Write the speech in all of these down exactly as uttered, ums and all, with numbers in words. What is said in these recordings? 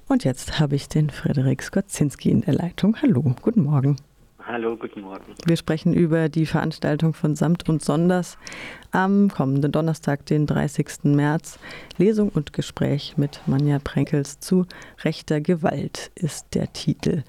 Und jetzt habe ich den Frederik Skotzinski in der Leitung. Hallo, guten Morgen. Hallo, guten Morgen. Wir sprechen über die Veranstaltung von Samt und Sonders am kommenden Donnerstag, den dreißigsten März. Lesung und Gespräch mit Manja Prenkels zu rechter Gewalt ist der Titel.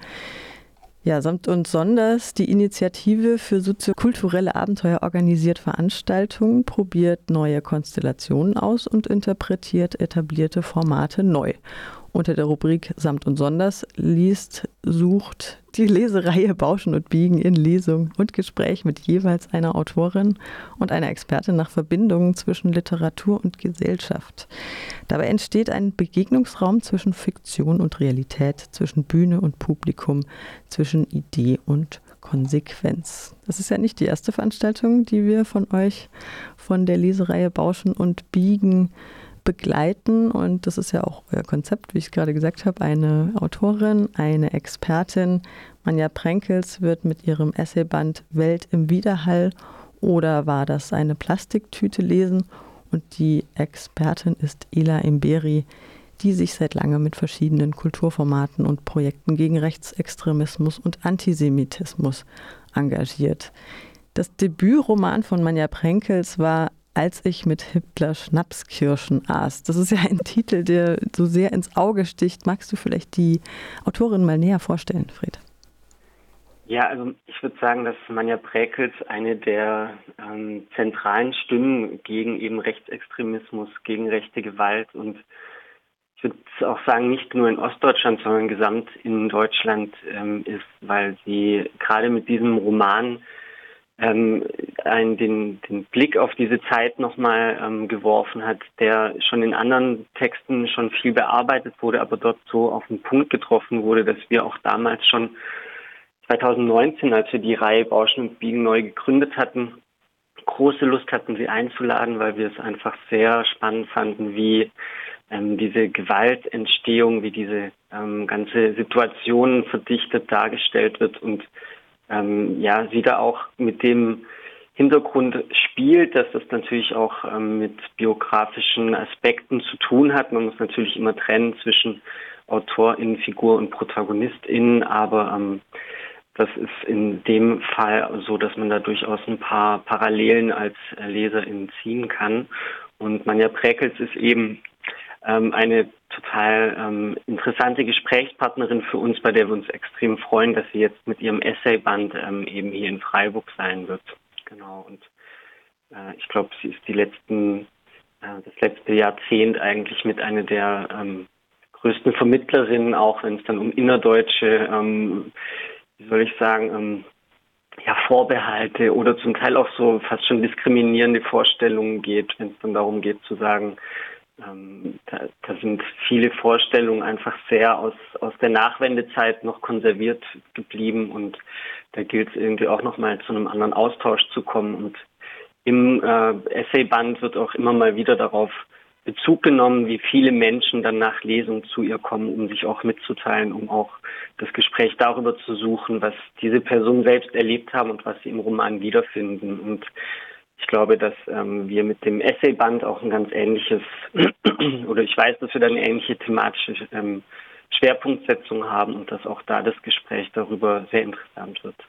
Ja, Samt und Sonders, die Initiative für soziokulturelle Abenteuer, organisiert Veranstaltungen, probiert neue Konstellationen aus und interpretiert etablierte Formate neu. Unter der Rubrik Samt und Sonders liest, sucht die Lesereihe Bauschen und Biegen in Lesung und Gespräch mit jeweils einer Autorin und einer Expertin nach Verbindungen zwischen Literatur und Gesellschaft. Dabei entsteht ein Begegnungsraum zwischen Fiktion und Realität, zwischen Bühne und Publikum, zwischen Idee und Konsequenz. Das ist ja nicht die erste Veranstaltung, die wir von euch von der Lesereihe Bauschen und Biegen begleiten, und das ist ja auch euer Konzept, wie ich gerade gesagt habe. Eine Autorin, eine Expertin, Manja Prenkels, wird mit ihrem Essayband Welt im Widerhall oder war das eine Plastiktüte lesen, und die Expertin ist Ela Imberi, die sich seit langem mit verschiedenen Kulturformaten und Projekten gegen Rechtsextremismus und Antisemitismus engagiert. Das Debütroman von Manja Prenkels war Als ich mit Hitler Schnapskirschen aß. Das ist ja ein Titel, der so sehr ins Auge sticht. Magst du vielleicht die Autorin mal näher vorstellen, Fred? Ja, also ich würde sagen, dass Manja Prenkels eine der ähm, zentralen Stimmen gegen eben Rechtsextremismus, gegen rechte Gewalt, und ich würde auch sagen, nicht nur in Ostdeutschland, sondern gesamt in Deutschland ähm, ist, weil sie gerade mit diesem Roman ähm, einen, den, den Blick auf diese Zeit nochmal ähm, geworfen hat, der schon in anderen Texten schon viel bearbeitet wurde, aber dort so auf den Punkt getroffen wurde, dass wir auch damals schon zwanzig neunzehn, als wir die Reihe Bauschen und Biegen neu gegründet hatten, große Lust hatten, sie einzuladen, weil wir es einfach sehr spannend fanden, wie ähm, diese Gewaltentstehung, wie diese ähm, ganze Situation verdichtet dargestellt wird und ähm, ja, sie da auch mit dem Hintergrund spielt, dass das natürlich auch ähm, mit biografischen Aspekten zu tun hat. Man muss natürlich immer trennen zwischen Autorin, Figur und Protagonistin, aber ähm, das ist in dem Fall so, dass man da durchaus ein paar Parallelen als Leserin ziehen kann. Und Manja Prenkels ist eben ähm, eine total ähm, interessante Gesprächspartnerin für uns, bei der wir uns extrem freuen, dass sie jetzt mit ihrem Essayband ähm, eben hier in Freiburg sein wird. Genau. Und äh, ich glaube, sie ist die letzten, äh, das letzte Jahrzehnt eigentlich mit einer der ähm, größten Vermittlerinnen, auch wenn es dann um innerdeutsche, ähm, wie soll ich sagen, ähm, ja, Vorbehalte oder zum Teil auch so fast schon diskriminierende Vorstellungen geht, wenn es dann darum geht zu sagen, ähm, da, da sind viele Vorstellungen einfach sehr aus, aus der Nachwendezeit noch konserviert geblieben, und da gilt es irgendwie auch nochmal zu einem anderen Austausch zu kommen. Und im äh, Essayband wird auch immer mal wieder darauf Bezug genommen, wie viele Menschen dann nach Lesung zu ihr kommen, um sich auch mitzuteilen, um auch das Gespräch darüber zu suchen, was diese Personen selbst erlebt haben und was sie im Roman wiederfinden. Und ich glaube, dass ähm, wir mit dem Essayband auch ein ganz ähnliches, oder ich weiß, dass wir da eine ähnliche thematische ähm, Schwerpunktsetzung haben und dass auch da das Gespräch darüber sehr interessant wird.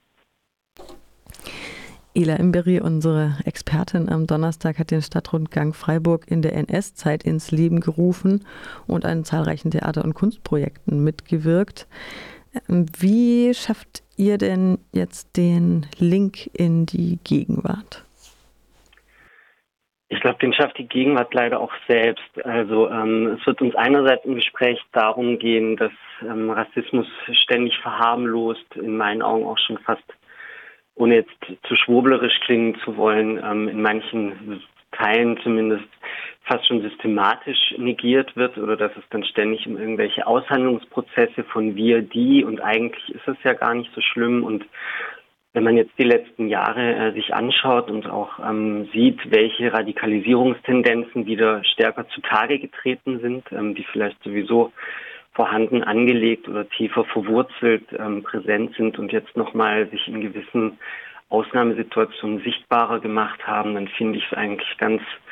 Ela Imberi, unsere Expertin am Donnerstag, hat den Stadtrundgang Freiburg in der N S-Zeit ins Leben gerufen und an zahlreichen Theater- und Kunstprojekten mitgewirkt. Wie schafft ihr denn jetzt den Link in die Gegenwart? Ich glaube, den schafft die Gegenwart leider auch selbst. Also ähm, es wird uns einerseits im Gespräch darum gehen, dass ähm, Rassismus ständig verharmlost, in meinen Augen auch schon fast, ohne jetzt zu schwurblerisch klingen zu wollen, ähm, in manchen Teilen zumindest fast schon systematisch negiert wird, oder dass es dann ständig um irgendwelche Aushandlungsprozesse von wir, die, und eigentlich ist es ja gar nicht so schlimm. Und wenn man jetzt die letzten Jahre äh, sich anschaut und auch ähm, sieht, welche Radikalisierungstendenzen wieder stärker zutage getreten sind, ähm, die vielleicht sowieso vorhanden, angelegt oder tiefer verwurzelt ähm, präsent sind und jetzt nochmal sich in gewissen Ausnahmesituationen sichtbarer gemacht haben, dann finde ich es eigentlich ganz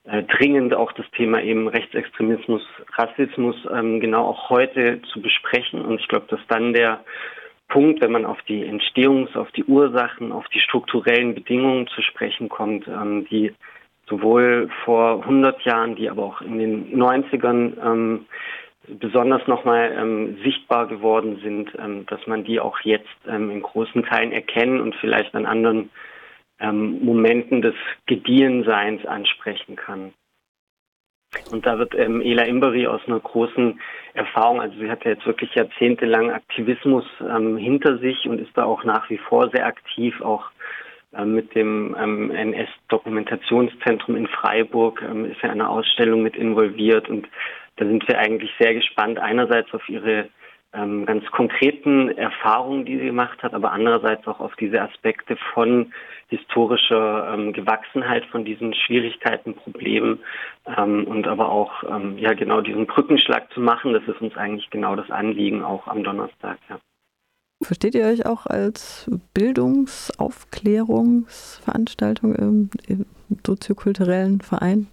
äh, dringend, auch das Thema eben Rechtsextremismus, Rassismus ähm, genau auch heute zu besprechen. Und ich glaube, dass dann der Punkt, wenn man auf die Entstehungs-, auf die Ursachen, auf die strukturellen Bedingungen zu sprechen kommt, ähm, die sowohl vor hundert Jahren, die aber auch in den neunzigern ähm, besonders nochmal ähm, sichtbar geworden sind, ähm, dass man die auch jetzt ähm, in großen Teilen erkennen und vielleicht an anderen ähm, Momenten des Gediehenseins ansprechen kann. Und da wird ähm, Ela Imbery aus einer großen Erfahrung, also sie hat ja jetzt wirklich jahrzehntelang Aktivismus ähm, hinter sich und ist da auch nach wie vor sehr aktiv, auch ähm, mit dem ähm, N S-Dokumentationszentrum in Freiburg ähm, ist ja eine Ausstellung mit involviert und da sind wir eigentlich sehr gespannt, einerseits auf ihre ähm, ganz konkreten Erfahrungen, die sie gemacht hat, aber andererseits auch auf diese Aspekte von historischer ähm, Gewachsenheit, von diesen Schwierigkeiten, Problemen ähm, und aber auch ähm, ja genau diesen Brückenschlag zu machen. Das ist uns eigentlich genau das Anliegen auch am Donnerstag. Ja. Versteht ihr euch auch als Bildungs-, Aufklärungsveranstaltung im, im soziokulturellen Verein?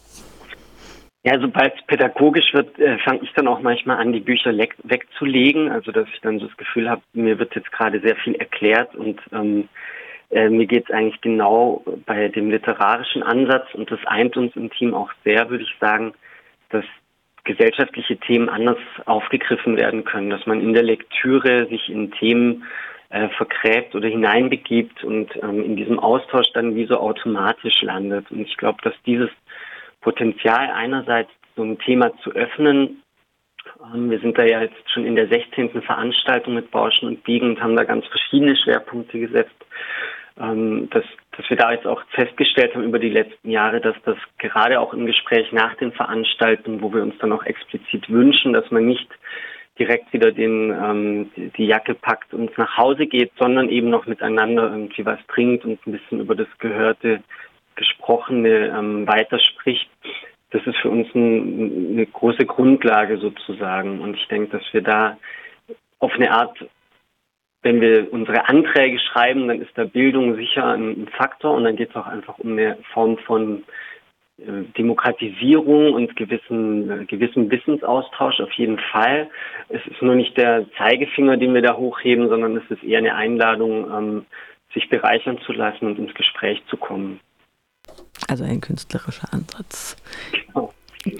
Ja, sobald es pädagogisch wird, äh, fange ich dann auch manchmal an, die Bücher wegzulegen. Also dass ich dann so das Gefühl habe, mir wird jetzt gerade sehr viel erklärt und ähm, äh, mir geht es eigentlich genau bei dem literarischen Ansatz und das eint uns im Team auch sehr, würde ich sagen, dass gesellschaftliche Themen anders aufgegriffen werden können, dass man in der Lektüre sich in Themen äh, vergräbt oder hineinbegibt und ähm, in diesem Austausch dann wie so automatisch landet. Und ich glaube, dass dieses Potenzial einerseits so ein Thema zu öffnen. Ähm, wir sind da ja jetzt schon in der sechzehnten Veranstaltung mit Bauschen und Biegen und haben da ganz verschiedene Schwerpunkte gesetzt. Ähm, dass, dass wir da jetzt auch festgestellt haben über die letzten Jahre, dass das gerade auch im Gespräch nach den Veranstaltungen, wo wir uns dann auch explizit wünschen, dass man nicht direkt wieder den, ähm, die, die Jacke packt und nach Hause geht, sondern eben noch miteinander irgendwie was trinkt und ein bisschen über das Gehörte, Gesprochene ähm, weiterspricht. Das ist für uns ein, eine große Grundlage sozusagen. Und ich denke, dass wir da auf eine Art, wenn wir unsere Anträge schreiben, dann ist da Bildung sicher ein Faktor und dann geht es auch einfach um eine Form von äh, Demokratisierung und gewissen, äh, gewissen Wissensaustausch auf jeden Fall. Es ist nur nicht der Zeigefinger, den wir da hochheben, sondern es ist eher eine Einladung, ähm, sich bereichern zu lassen und ins Gespräch zu kommen. Also ein künstlerischer Ansatz. Genau.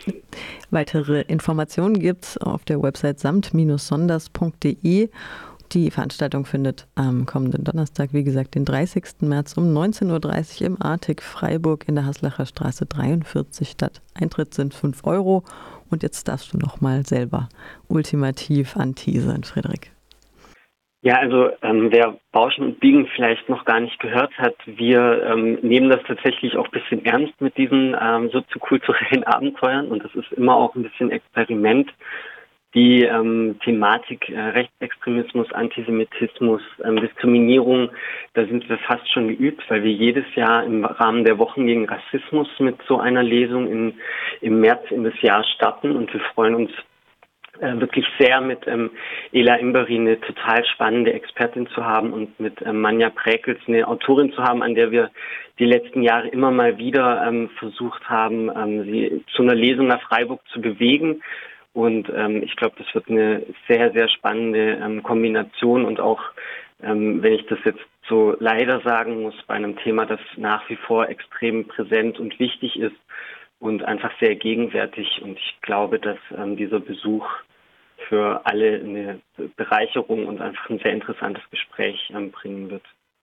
Weitere Informationen gibt es auf der Website samt sonders punkt de. Die Veranstaltung findet am kommenden Donnerstag, wie gesagt, den dreißigsten März um neunzehn Uhr dreißig im Artig Freiburg in der Haslacher Straße dreiundvierzig statt. Eintritt sind fünf Euro. Und jetzt darfst du noch mal selber ultimativ anteasern, Frederik. Ja, also ähm, wer Bauschen und Biegen vielleicht noch gar nicht gehört hat, wir ähm, nehmen das tatsächlich auch ein bisschen ernst mit diesen ähm, soziokulturellen Abenteuern und das ist immer auch ein bisschen Experiment. Die ähm, Thematik äh, Rechtsextremismus, Antisemitismus, ähm, Diskriminierung, da sind wir fast schon geübt, weil wir jedes Jahr im Rahmen der Wochen gegen Rassismus mit so einer Lesung in, im März in das Jahr starten und wir freuen uns wirklich sehr mit ähm, Ela Imbery eine total spannende Expertin zu haben und mit ähm, Manja Präkels eine Autorin zu haben, an der wir die letzten Jahre immer mal wieder ähm, versucht haben, ähm, sie zu einer Lesung nach Freiburg zu bewegen. Und ähm, ich glaube, das wird eine sehr, sehr spannende ähm, Kombination und auch, ähm, wenn ich das jetzt so leider sagen muss, bei einem Thema, das nach wie vor extrem präsent und wichtig ist und einfach sehr gegenwärtig. Und ich glaube, dass ähm, dieser Besuch für alle eine Bereicherung und einfach ein sehr interessantes Gespräch ähm, bringen wird.